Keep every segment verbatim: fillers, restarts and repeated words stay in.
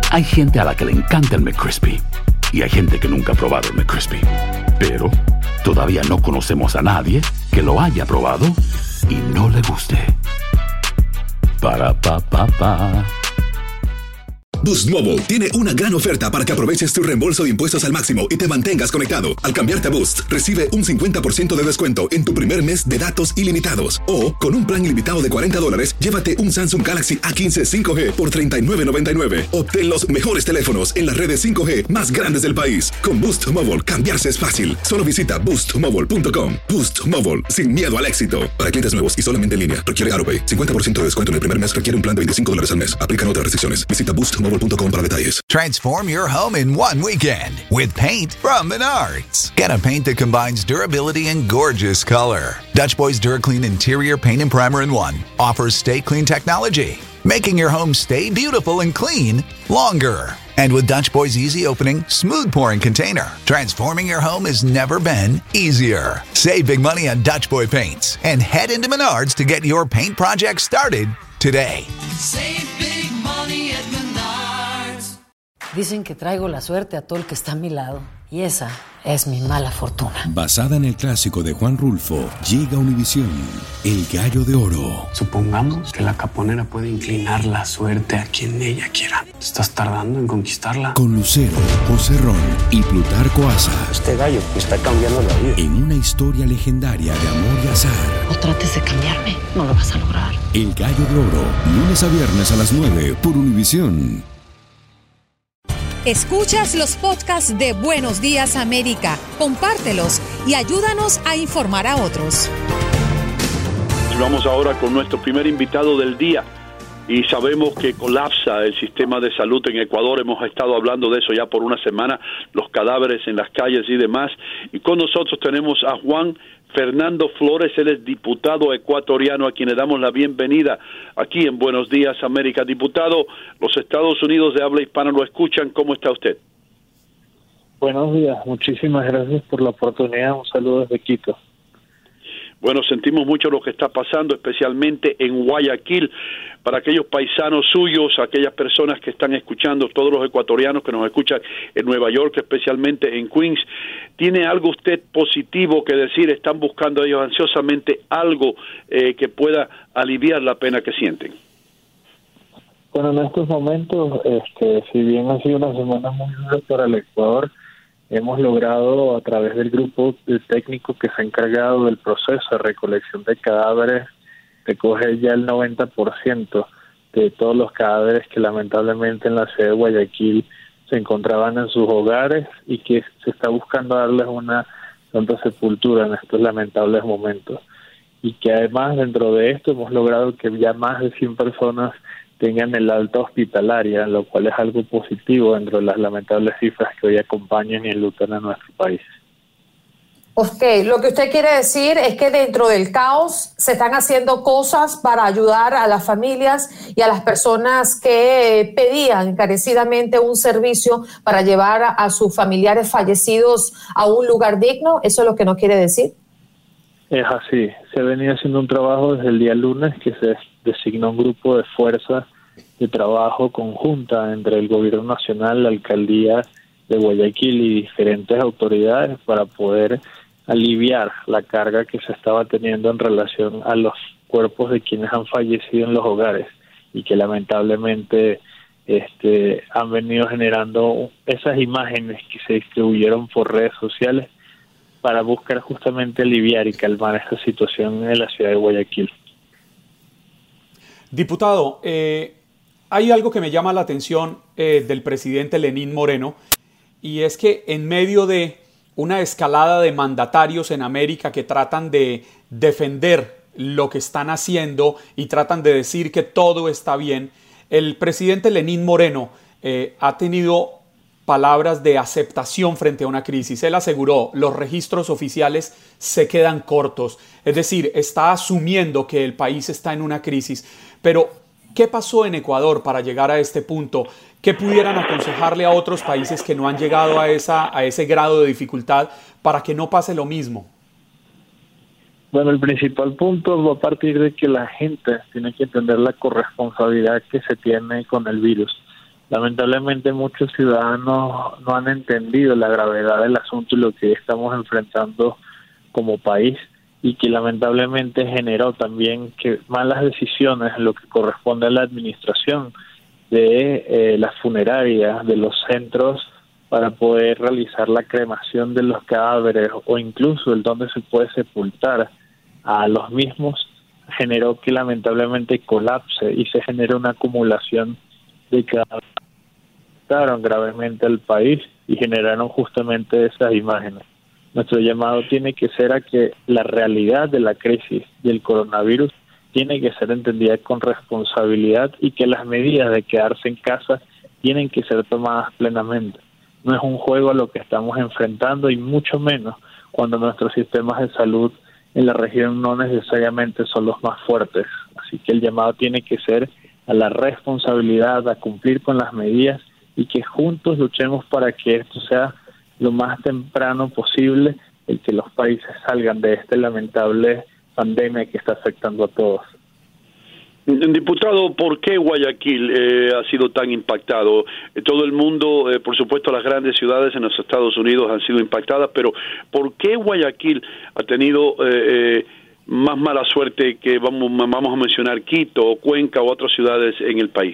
Hay gente a la que le encanta el McCrispy y hay gente que nunca ha probado el McCrispy. Pero todavía no conocemos a nadie que lo haya probado y no le guste. Para pa pa pa. Boost Mobile tiene una gran oferta para que aproveches tu reembolso de impuestos al máximo y te mantengas conectado. Al cambiarte a Boost, recibe un cincuenta por ciento de descuento en tu primer mes de datos ilimitados. O, con un plan ilimitado de cuarenta dólares, llévate un Samsung Galaxy A quince cinco G por treinta y nueve noventa y nueve. Obtén los mejores teléfonos en las redes cinco G más grandes del país. Con Boost Mobile, cambiarse es fácil. Solo visita boost mobile punto com. Boost Mobile, sin miedo al éxito. Para clientes nuevos y solamente en línea, requiere AutoPay. cincuenta por ciento de descuento en el primer mes requiere un plan de veinticinco dólares al mes. Aplican otras restricciones. Visita boost mobile punto com para detalles. Transform your home in one weekend with paint from Menards. Get a paint that combines durability and gorgeous color. Dutch Boy's DuraClean Interior Paint and Primer in One offers Stay Clean technology, making your home stay beautiful and clean longer. And with Dutch Boy's easy opening, smooth pouring container, transforming your home has never been easier. Save big money on Dutch Boy paints and head into Menards to get your paint project started today. Save big money at Menards. Dicen que traigo la suerte a todo el que está a mi lado. Y esa es mi mala fortuna. Basada en el clásico de Juan Rulfo, llega a Univisión, El Gallo de Oro. Supongamos que la caponera puede inclinar la suerte a quien ella quiera. ¿Estás tardando en conquistarla? Con Lucero, José Ron y Plutarco Asa. Este gallo me está cambiando la vida. En una historia legendaria de amor y azar. No trates de cambiarme, no lo vas a lograr. El Gallo de Oro, lunes a viernes a las nueve por Univisión. Escuchas los podcasts de Buenos Días América, compártelos y ayúdanos a informar a otros. Vamos ahora con nuestro primer invitado del día y sabemos que colapsa el sistema de salud en Ecuador. Hemos estado hablando de eso ya por una semana, los cadáveres en las calles y demás. Y con nosotros tenemos a Juan Fernando Flores, él es diputado ecuatoriano a quien le damos la bienvenida aquí en Buenos Días América. Diputado, los Estados Unidos de habla hispana lo escuchan. ¿Cómo está usted? Buenos días, muchísimas gracias por la oportunidad. Un saludo desde Quito. Bueno, sentimos mucho lo que está pasando, especialmente en Guayaquil, para aquellos paisanos suyos, aquellas personas que están escuchando, todos los ecuatorianos que nos escuchan en Nueva York, especialmente en Queens. ¿Tiene algo usted positivo que decir? ¿Están buscando ellos ansiosamente algo eh, que pueda aliviar la pena que sienten? Bueno, en estos momentos, este, si bien ha sido una semana muy dura para el Ecuador, hemos logrado, a través del grupo técnico que se ha encargado del proceso de recolección de cadáveres, recoger ya el noventa por ciento de todos los cadáveres que lamentablemente en la ciudad de Guayaquil se encontraban en sus hogares y que se está buscando darles una santa sepultura en estos lamentables momentos. Y que además dentro de esto hemos logrado que ya más de cien personas tengan el alta hospitalaria, lo cual es algo positivo dentro de las lamentables cifras que hoy acompañan y enlutan a nuestro país. Ok, lo que usted quiere decir es que dentro del caos se están haciendo cosas para ayudar a las familias y a las personas que pedían encarecidamente un servicio para llevar a sus familiares fallecidos a un lugar digno. ¿Eso es lo que nos quiere decir? Es así, se venía haciendo un trabajo desde el día lunes que se designó un grupo de fuerza de trabajo conjunta entre el gobierno nacional, la alcaldía de Guayaquil y diferentes autoridades para poder aliviar la carga que se estaba teniendo en relación a los cuerpos de quienes han fallecido en los hogares y que lamentablemente este, han venido generando esas imágenes que se distribuyeron por redes sociales para buscar justamente aliviar y calmar esta situación en la ciudad de Guayaquil. Diputado, eh, hay algo que me llama la atención eh, del presidente Lenín Moreno, y es que en medio de una escalada de mandatarios en América que tratan de defender lo que están haciendo y tratan de decir que todo está bien, el presidente Lenín Moreno eh, ha tenido palabras de aceptación frente a una crisis. Él aseguró, los registros oficiales se quedan cortos. Es decir, está asumiendo que el país está en una crisis. Pero, ¿qué pasó en Ecuador para llegar a este punto? ¿Qué pudieran aconsejarle a otros países que no han llegado a, esa, a ese grado de dificultad para que no pase lo mismo? Bueno, el principal punto va a partir de que la gente tiene que entender la corresponsabilidad que se tiene con el virus. Lamentablemente muchos ciudadanos no han entendido la gravedad del asunto y lo que estamos enfrentando como país, y que lamentablemente generó también que malas decisiones en lo que corresponde a la administración de eh, las funerarias, de los centros para poder realizar la cremación de los cadáveres o incluso el donde se puede sepultar a los mismos, generó que lamentablemente colapse y se genera una acumulación de cadáveres que afectaron gravemente al país y generaron justamente esas imágenes. Nuestro llamado tiene que ser a que la realidad de la crisis del coronavirus tiene que ser entendida con responsabilidad y que las medidas de quedarse en casa tienen que ser tomadas plenamente. No es un juego a lo que estamos enfrentando, y mucho menos cuando nuestros sistemas de salud en la región no necesariamente son los más fuertes. Así que el llamado tiene que ser a la responsabilidad, a cumplir con las medidas y que juntos luchemos para que esto sea lo más temprano posible, el que los países salgan de esta lamentable pandemia que está afectando a todos. Diputado, ¿por qué Guayaquil eh, ha sido tan impactado? Eh, todo el mundo, eh, por supuesto, las grandes ciudades en los Estados Unidos han sido impactadas, pero ¿por qué Guayaquil ha tenido eh, eh, más mala suerte que vamos, vamos a mencionar Quito o Cuenca o otras ciudades en el país?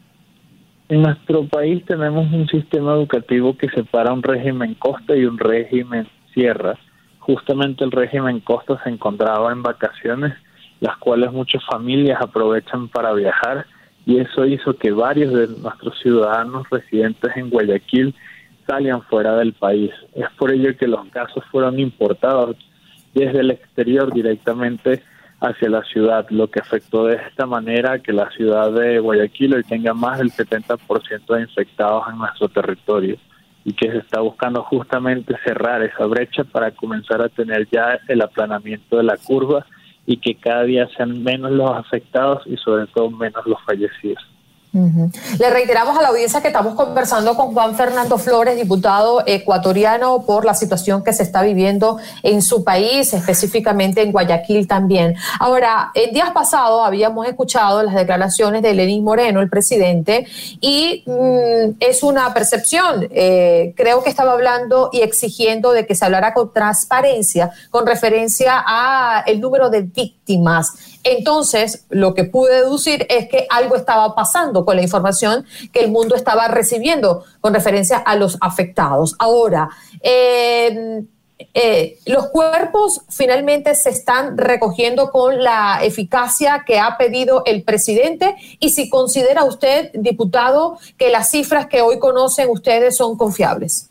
En nuestro país tenemos un sistema educativo que separa un régimen costa y un régimen sierra. Justamente el régimen costa se encontraba en vacaciones, las cuales muchas familias aprovechan para viajar, y eso hizo que varios de nuestros ciudadanos residentes en Guayaquil salgan fuera del país. Es por ello que los casos fueron importados desde el exterior directamente hacia la ciudad, lo que afectó de esta manera que la ciudad de Guayaquil hoy tenga más del setenta por ciento de infectados en nuestro territorio, y que se está buscando justamente cerrar esa brecha para comenzar a tener ya el aplanamiento de la curva y que cada día sean menos los afectados y sobre todo menos los fallecidos. Uh-huh. Le reiteramos a la audiencia que estamos conversando con Juan Fernando Flores, diputado ecuatoriano, por la situación que se está viviendo en su país, específicamente en Guayaquil también. Ahora, el día pasado habíamos escuchado las declaraciones de Lenín Moreno, el presidente, y mmm, es una percepción. Eh, creo que estaba hablando y exigiendo de que se hablara con transparencia con referencia a el número de víctimas. Entonces, lo que pude deducir es que algo estaba pasando con la información que el mundo estaba recibiendo con referencia a los afectados. Ahora, eh, eh, los cuerpos finalmente se están recogiendo con la eficacia que ha pedido el presidente, y si considera usted, diputado, que las cifras que hoy conocen ustedes son confiables.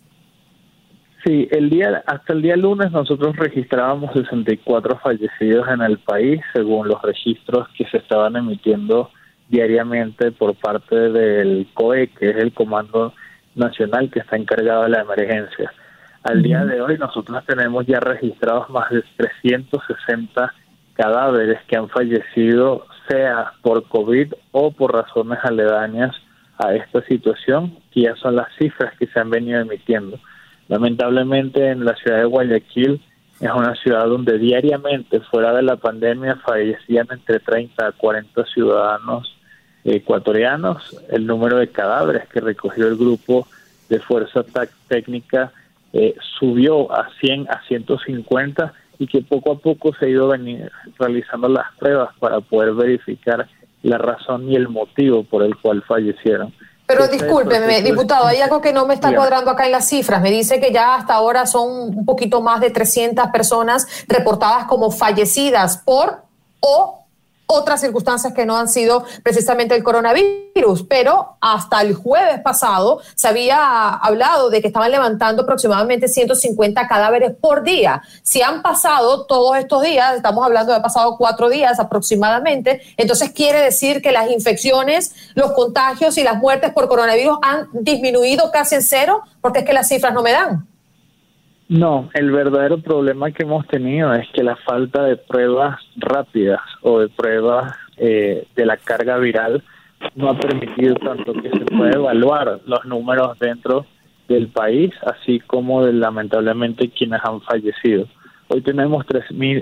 Sí, el día hasta el día lunes nosotros registrábamos sesenta y cuatro fallecidos en el país, según los registros que se estaban emitiendo diariamente por parte del C O E, que es el Comando Nacional que está encargado de la emergencia. Al día de hoy nosotros tenemos ya registrados más de trescientos sesenta cadáveres que han fallecido, sea por COVID o por razones aledañas a esta situación, que ya son las cifras que se han venido emitiendo. Lamentablemente en la ciudad de Guayaquil es una ciudad donde diariamente, fuera de la pandemia, fallecían entre treinta a cuarenta ciudadanos ecuatorianos. El número de cadáveres que recogió el grupo de Fuerza Técnica eh, subió a cien, a ciento cincuenta, y que poco a poco se ha ido venir realizando las pruebas para poder verificar la razón y el motivo por el cual fallecieron. Pero discúlpeme, diputado, hay algo que no me está cuadrando acá en las cifras. Me dice que ya hasta ahora son un poquito más de trescientas personas reportadas como fallecidas por o otras circunstancias que no han sido precisamente el coronavirus, pero hasta el jueves pasado se había hablado de que estaban levantando aproximadamente ciento cincuenta cadáveres por día. Si han pasado todos estos días, estamos hablando de pasado cuatro días aproximadamente, entonces quiere decir que las infecciones, los contagios y las muertes por coronavirus han disminuido casi en cero, porque es que las cifras no me dan. No, el verdadero problema que hemos tenido es que la falta de pruebas rápidas o de pruebas eh, de la carga viral no ha permitido tanto que se pueda evaluar los números dentro del país, así como de, lamentablemente, quienes han fallecido. Hoy tenemos tres mil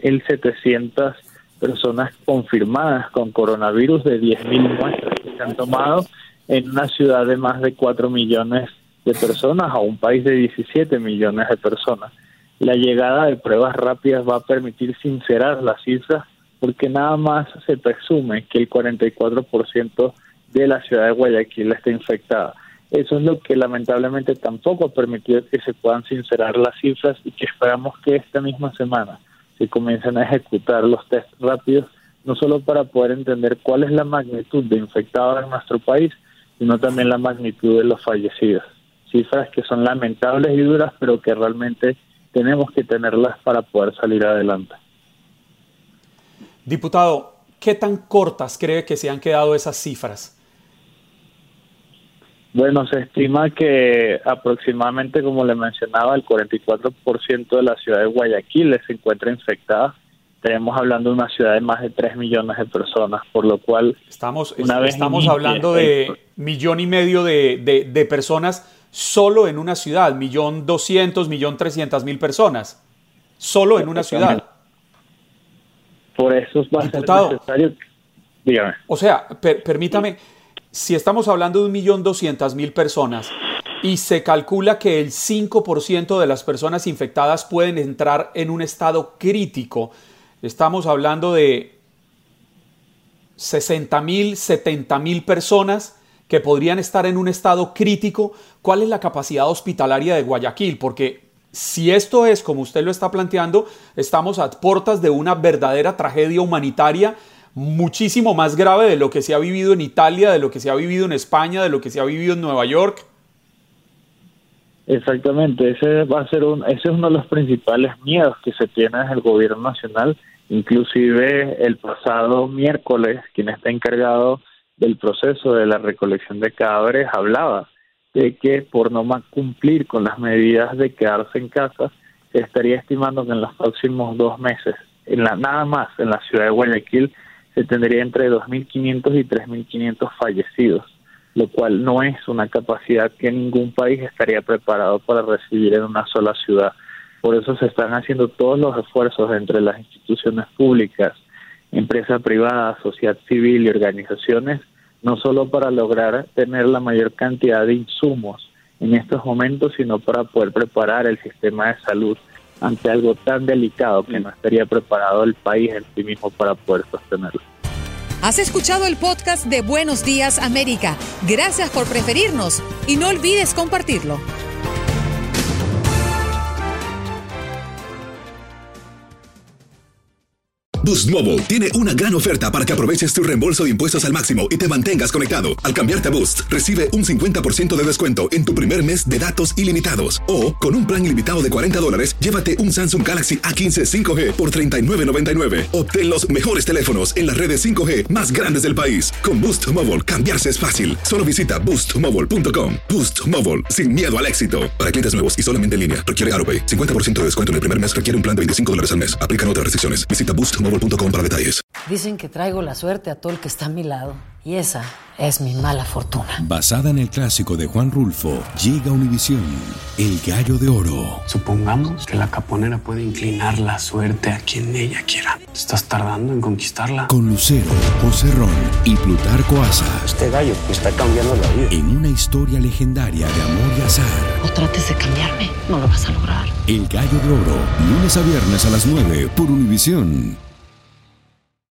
setecientas personas confirmadas con coronavirus de diez mil muestras que se han tomado, en una ciudad de más de cuatro millones de personas a un país de diecisiete millones de personas. La llegada de pruebas rápidas va a permitir sincerar las cifras porque nada más se presume que el cuarenta y cuatro por ciento de la ciudad de Guayaquil está infectada. Eso es lo que lamentablemente tampoco ha permitido que se puedan sincerar las cifras y que esperamos que esta misma semana se comiencen a ejecutar los test rápidos, no solo para poder entender cuál es la magnitud de infectados en nuestro país, sino también la magnitud de los fallecidos. Cifras que son lamentables y duras, pero que realmente tenemos que tenerlas para poder salir adelante. Diputado, ¿qué tan cortas cree que se han quedado esas cifras? Bueno, se estima que aproximadamente, como le mencionaba, el cuarenta y cuatro por ciento de la ciudad de Guayaquil se encuentra infectada. Estaremos hablando de una ciudad de más de tres millones de personas, por lo cual... Estamos, una vez estamos inicie, hablando de el... millón y medio de, de, de personas solo en una ciudad, millón doscientos, millón trescientas mil personas, solo en una ciudad. Por eso va a ser necesario... Dígame. O sea, per, permítame... Si estamos hablando de un millón doscientas mil personas y se calcula que el cinco por ciento de las personas infectadas pueden entrar en un estado crítico, estamos hablando de sesenta mil, setenta mil personas que podrían estar en un estado crítico. ¿Cuál es la capacidad hospitalaria de Guayaquil? Porque si esto es como usted lo está planteando, estamos a puertas de una verdadera tragedia humanitaria muchísimo más grave de lo que se ha vivido en Italia, de lo que se ha vivido en España, de lo que se ha vivido en Nueva York. Exactamente, ese va a ser un, ese es uno de los principales miedos que se tiene desde el gobierno nacional. Inclusive el pasado miércoles, quien está encargado del proceso de la recolección de cadáveres hablaba de que por no cumplir con las medidas de quedarse en casa, se estaría estimando que en los próximos dos meses, en la, nada más en la ciudad de Guayaquil, se tendría entre dos mil quinientos y tres mil quinientos fallecidos, lo cual no es una capacidad que ningún país estaría preparado para recibir en una sola ciudad. Por eso se están haciendo todos los esfuerzos entre las instituciones públicas, empresas privadas, sociedad civil y organizaciones, no solo para lograr tener la mayor cantidad de insumos en estos momentos, sino para poder preparar el sistema de salud ante algo tan delicado que no estaría preparado el país en sí mismo para poder sostenerlo. Has escuchado el podcast de Buenos Días América. Gracias por preferirnos y no olvides compartirlo. Boost Mobile tiene una gran oferta para que aproveches tu reembolso de impuestos al máximo y te mantengas conectado. Al cambiarte a Boost, recibe un cincuenta por ciento de descuento en tu primer mes de datos ilimitados. O, con un plan ilimitado de cuarenta dólares, llévate un Samsung Galaxy A quince cinco G por treinta y nueve noventa y nueve. Obtén los mejores teléfonos en las redes cinco G más grandes del país. Con Boost Mobile, cambiarse es fácil. Solo visita boost mobile punto com. Boost Mobile, sin miedo al éxito. Para clientes nuevos y solamente en línea, requiere AutoPay. cincuenta por ciento de descuento en el primer mes, requiere un plan de veinticinco dólares al mes. Aplican otras restricciones. Visita boost mobile punto com para detalles. Dicen que traigo la suerte a todo el que está a mi lado. Y esa es mi mala fortuna. Basada en el clásico de Juan Rulfo, llega Univisión, El Gallo de Oro. Supongamos que la caponera puede inclinar la suerte a quien ella quiera. ¿Te estás tardando en conquistarla? Con Lucero, José Ron y Plutarco Asa. Este gallo me está cambiando la vida. En una historia legendaria de amor y azar. No trates de cambiarme, no lo vas a lograr. El Gallo de Oro, lunes a viernes a las nueve por Univisión.